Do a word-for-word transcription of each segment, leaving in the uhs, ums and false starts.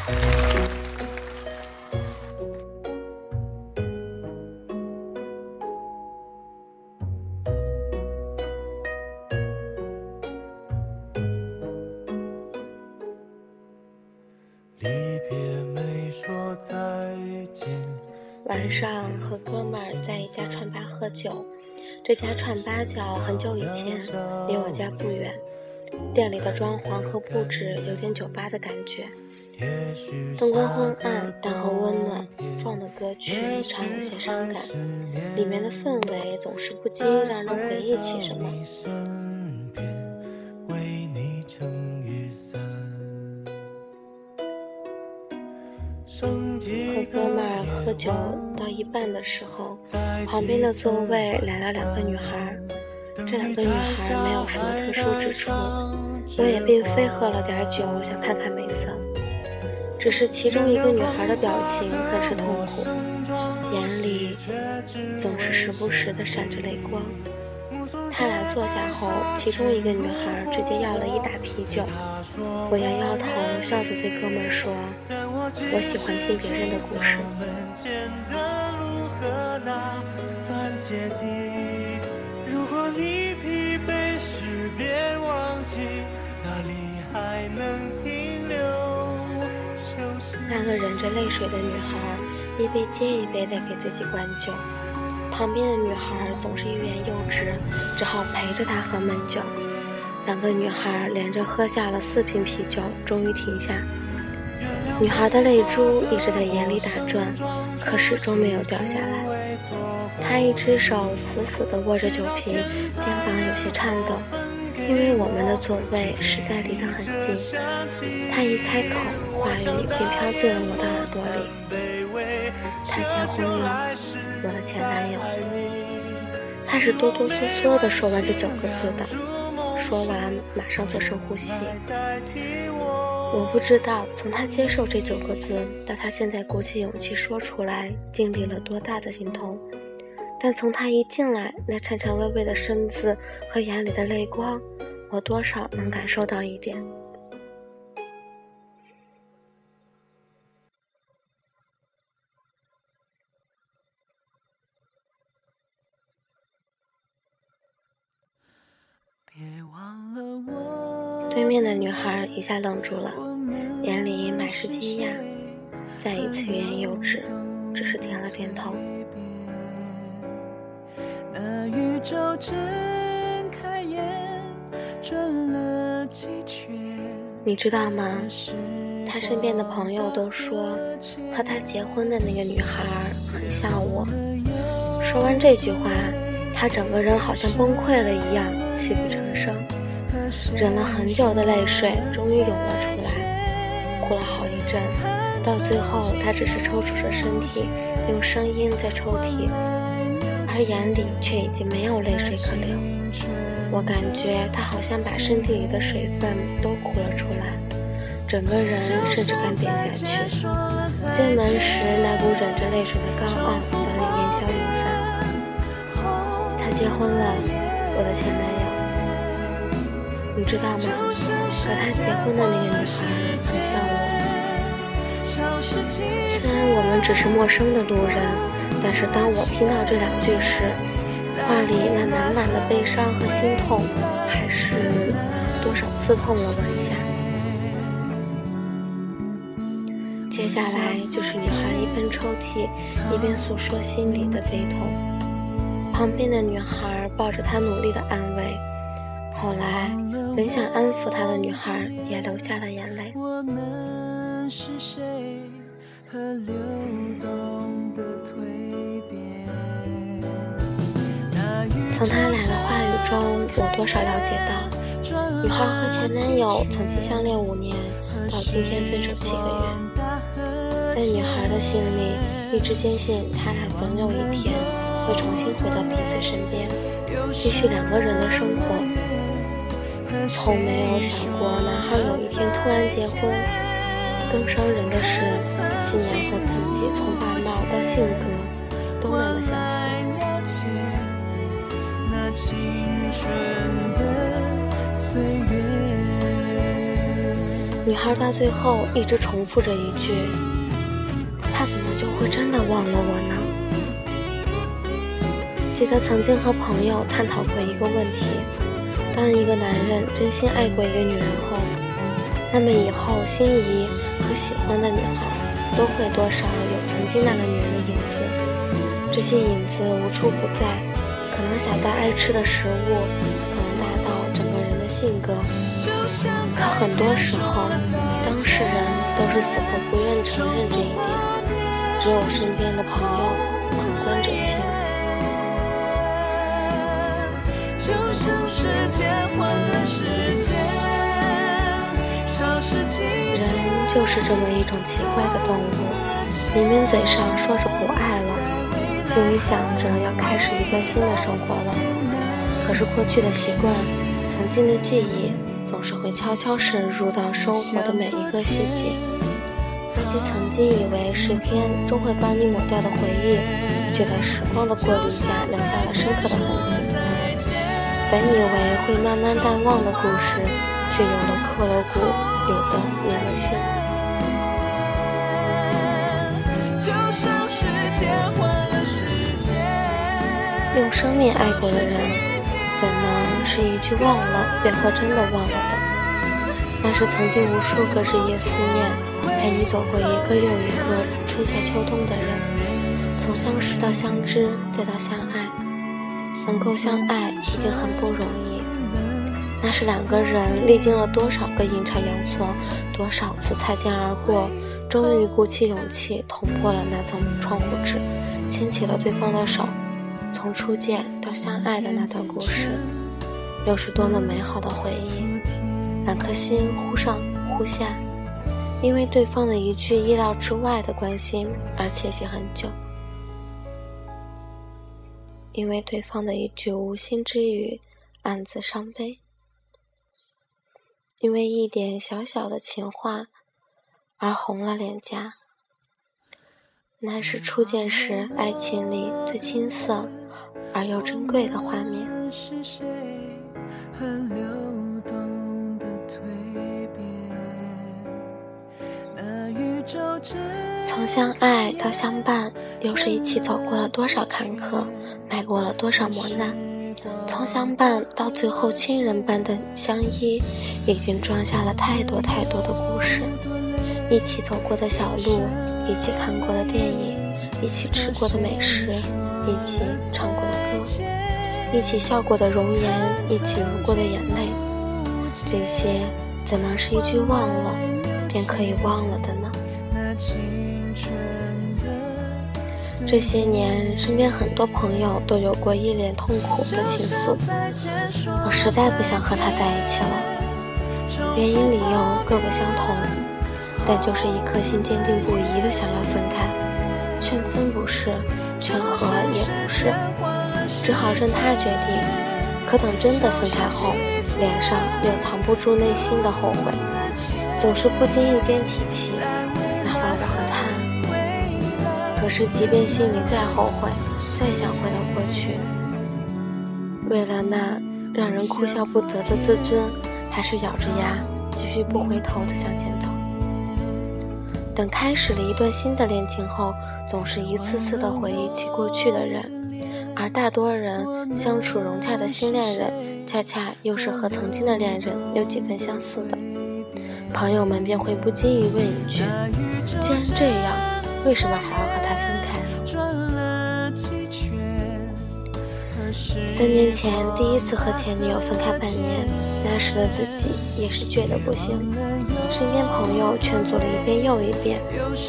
晚上和哥们儿在一家串吧喝酒，这家串吧叫很久以前，离我家不远。店里的装潢和布置有点酒吧的感觉，灯光昏暗但很温暖，放的歌曲常有些伤感，里面的氛围总是不禁让人回忆起什么。和哥们儿喝酒到一半的时候，旁边的座位来了两个女孩，这两个女孩没有什么特殊之处，我也并非喝了点酒想看看美色，只是其中一个女孩的表情很是痛苦，眼里总是时不时地闪着泪光。他俩坐下后，其中一个女孩直接要了一打啤酒，我摇摇头，笑着对哥们儿说，我喜欢听别人的故事。如果你疲惫时别忘记，哪里还能停留休息。那个忍着泪水的女孩一杯接一杯地给自己灌酒，旁边的女孩总是欲言又止，只好陪着她喝闷酒。两个女孩连着喝下了四瓶啤酒，终于停下。女孩的泪珠一直在眼里打转，可始终没有掉下来。她一只手死死地握着酒瓶，肩膀有些颤抖，因为我们的座位实在离得很近。她一开口，话语便飘进了我的耳朵里。她结婚了，我的前男友。她是哆哆嗦嗦地说完这九个字的，说完马上做深呼吸。我不知道从他接受这九个字到他现在鼓起勇气说出来经历了多大的心痛，但从他一进来那颤颤巍巍的身子和眼里的泪光，我多少能感受到一点。对面的女孩一下愣住了，眼里满是惊讶，再一次欲言又止，只是点了点头。那宇宙睁开眼，转了几圈。你知道吗？他身边的朋友都说，和他结婚的那个女孩很像我。说完这句话，他整个人好像崩溃了一样，泣不成声。忍了很久的泪水终于涌了出来，哭了好一阵，到最后他只是抽搐着身体，用声音在抽泣，而眼里却已经没有泪水可流。我感觉他好像把身体里的水分都哭了出来，整个人甚至干瘪下去。进门时那股忍着泪水的高傲早已烟消云散。他结婚了，我的前男友。你知道吗？和他结婚的那个女孩很像我。虽然我们只是陌生的路人，但是当我听到这两句时，话里那满满的悲伤和心痛，还是多少刺痛了我一下。接下来就是女孩一边抽泣，一边诉说心里的悲痛。旁边的女孩抱着她努力的安慰。后来本想安抚她的女孩也流下了眼泪。我们是谁和流动的蜕变。从他俩的话语中，我多少了解到，女孩和前男友曾经相恋五年，到今天分手七个月。在女孩的心里，一直坚信他俩总有一天会重新回到彼此身边，继续两个人的生活。从没有想过男孩有一天突然结婚。更伤人的是，新娘和自己从外貌到性格都那么相似。 女孩到最后一直重复着一句，他怎么就会真的忘了我呢？记得曾经和朋友探讨过一个问题，当一个男人真心爱过一个女人后，那么以后心仪和喜欢的女孩都会多少有曾经那个女人的影子。这些影子无处不在，可能小到爱吃的食物，可能大到整个人的性格。可很多时候当事人都是死活不愿承认这一点，只有身边的朋友旁观者清。就像时间换了时间，人就是这么一种奇怪的动物，明明嘴上说着不爱了，心里想着要开始一段新的生活了，可是过去的习惯，曾经的记忆总是会悄悄渗入到生活的每一个细节。那些曾经以为时间终会帮你抹掉的回忆，却在时光的过滤下留下了深刻的痕迹。本以为会慢慢淡忘的故事，却有了刻了骨，有的灭了心。就像时间换了时间，用生命爱过的人，怎么是一句忘了便会真的忘了的？那是曾经无数个日夜思念，陪你走过一个又一个春夏秋冬的人，从相识到相知，再到相爱。能够相爱已经很不容易，那是两个人历经了多少个阴差阳错，多少次擦肩而过，终于鼓起勇气捅破了那层窗户纸，牵起了对方的手，从初见到相爱的那段故事，又是多么美好的回忆。两颗心忽上忽下，因为对方的一句意料之外的关心而窃喜很久，因为对方的一句无心之语暗自伤悲，因为一点小小的情话而红了脸颊。那是初见时爱情里最青涩而又珍贵的画面。从相爱到相伴，又是一起走过了多少坎坷，迈过了多少磨难。从相伴到最后亲人般的相依，已经装下了太多太多的故事。一起走过的小路，一起看过的电影，一起吃过的美食，一起唱过的歌，一起笑过的容颜，一起流过的眼泪，这些怎能是一句忘了便可以忘了的呢？这些年身边很多朋友都有过一脸痛苦的倾诉，我实在不想和他在一起了，原因理由各不相同，但就是一颗心坚定不移的想要分开，劝分不是，劝和也不是，只好任他决定。可等真的分开后，脸上又藏不住内心的后悔，总是不经意间提起那会儿我和他。可是即便心里再后悔，再想回到过去，为了那让人哭笑不得的自尊，还是咬着牙继续不回头的向前走。等开始了一段新的恋情后，总是一次次的回忆起过去的人，而大多人相处融洽的新恋人，恰恰又是和曾经的恋人有几分相似的。朋友们便会不经意问一句，既然这样，为什么还要和他分开？三年前第一次和前女友分开半年，那时的自己也是倔得不行，身边朋友劝阻了一遍又一遍，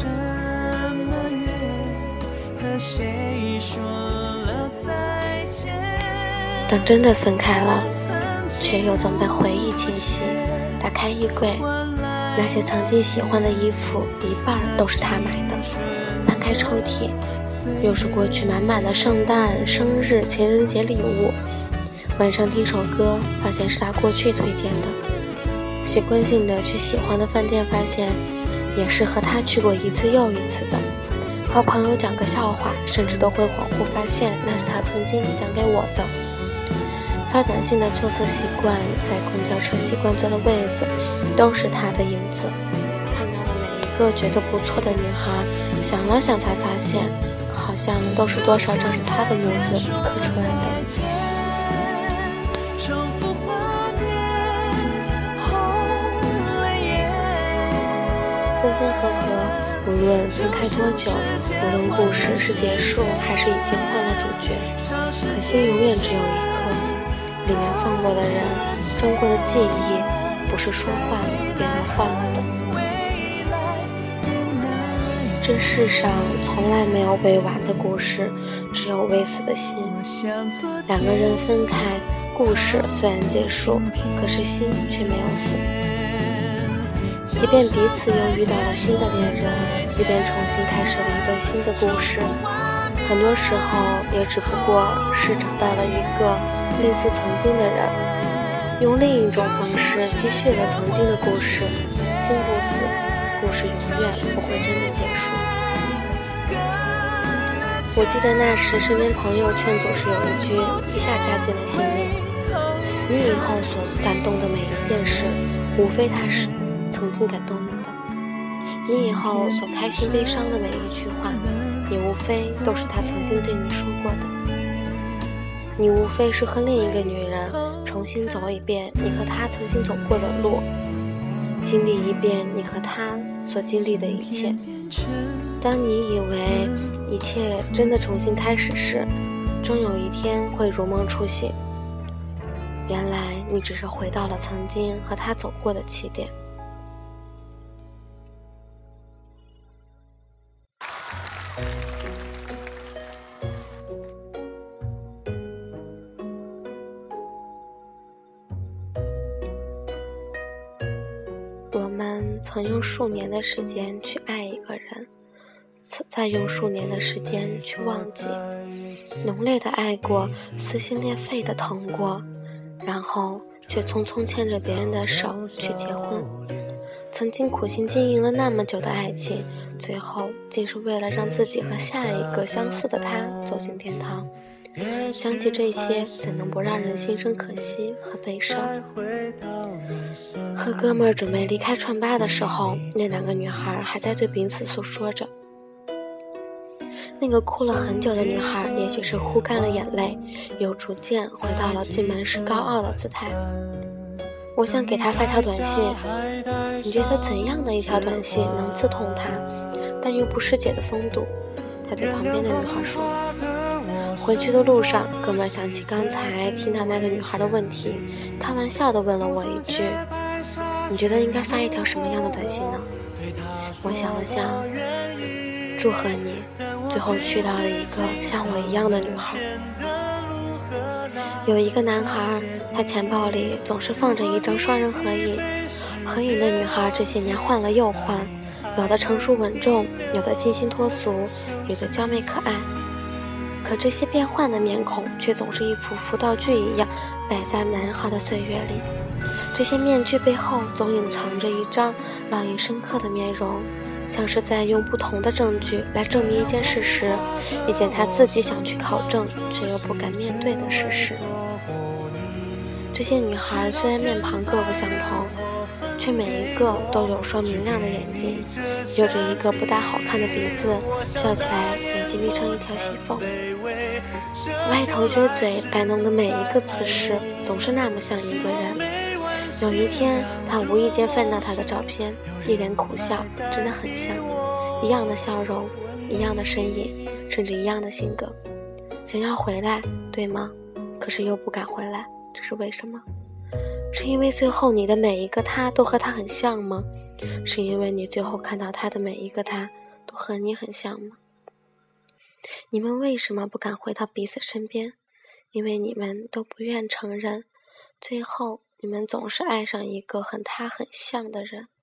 等真的分开了，却又总被回忆侵袭。打开衣柜，那些曾经喜欢的衣服一半都是他买的，翻开抽屉，又是过去满满的圣诞、生日、情人节礼物。晚上听首歌，发现是他过去推荐的，习惯性的去喜欢的饭店，发现也是和他去过一次又一次的。和朋友讲个笑话，甚至都会恍惚发现那是他曾经讲给我的。 发短信的措辞习惯，在公交车习惯坐的位子，都是他的影子。看到了每一个觉得不错的女孩，想了想才发现，好像都是多少正是他的名字刻出来的。分分合合，无论分开多久，无论故事是结束还是已经换了主角，可心永远只有一颗。里面放过的人，装过的记忆，不是说换了便能换了的。这世上从来没有未完的故事，只有未死的心。两个人分开，故事虽然结束，可是心却没有死。即便彼此又遇到了新的恋人，即便重新开始了一段新的故事，很多时候也只不过是找到了一个类似曾经的人，用另一种方式继续了曾经的故事。心不死，故事永远不会真的结束。我记得那时身边朋友劝总是有一句一下扎进了心里：你以后所感动的每一件事，无非他是曾经感动你的；你以后所开心悲伤的每一句话，也无非都是他曾经对你说过的。你无非是和另一个女人重新走一遍你和她曾经走过的路，经历一遍你和她所经历的一切。当你以为一切真的重新开始时，终有一天会如梦初醒，原来你只是回到了曾经和她走过的起点。我们曾用数年的时间去爱一个人，再用数年的时间去忘记，浓烈的爱过，撕心裂肺的疼过，然后却匆匆牵着别人的手去结婚。曾经苦心经营了那么久的爱情，最后竟是为了让自己和下一个相似的他走进天堂。想起这些，怎能不让人心生可惜和悲伤？和哥们儿准备离开串吧的时候，那两个女孩还在对彼此诉说着。那个哭了很久的女孩，也许是哭干了眼泪，又逐渐回到了进门时高傲的姿态。我想给她发条短信，你觉得怎样的一条短信能刺痛她，但又不失姐的风度？她对旁边的女孩说。回去的路上，哥们儿想起刚才听到那个女孩的问题，开玩笑地问了我一句：你觉得应该发一条什么样的短信呢？我想了想，祝贺你，最后娶到了一个像我一样的女孩。有一个男孩，他钱包里总是放着一张双人合影，合影的女孩这些年换了又换，有的成熟稳重，有的清新脱俗，有的娇媚可爱。可这些变换的面孔却总是一幅幅道具一样摆在男孩的岁月里，这些面具背后总隐藏着一张烙印深刻的面容，像是在用不同的证据来证明一件事实，一件他自己想去考证却又不敢面对的事实。这些女孩虽然面庞各不相同，却每一个都有双明亮的眼睛，有着一个不大好看的鼻子，笑起来眼睛眯成一条细缝，歪头撅嘴摆弄的每一个姿势总是那么像一个人。有一天他无意间翻到他的照片，一脸苦笑，真的很像，一样的笑容，一样的身影，甚至一样的性格。想要回来，对吗？可是又不敢回来，这是为什么？是因为最后你的每一个他都和他很像吗？是因为你最后看到他的每一个他都和你很像吗？你们为什么不敢回到彼此身边？因为你们都不愿承认，最后你们总是爱上一个和他很像的人。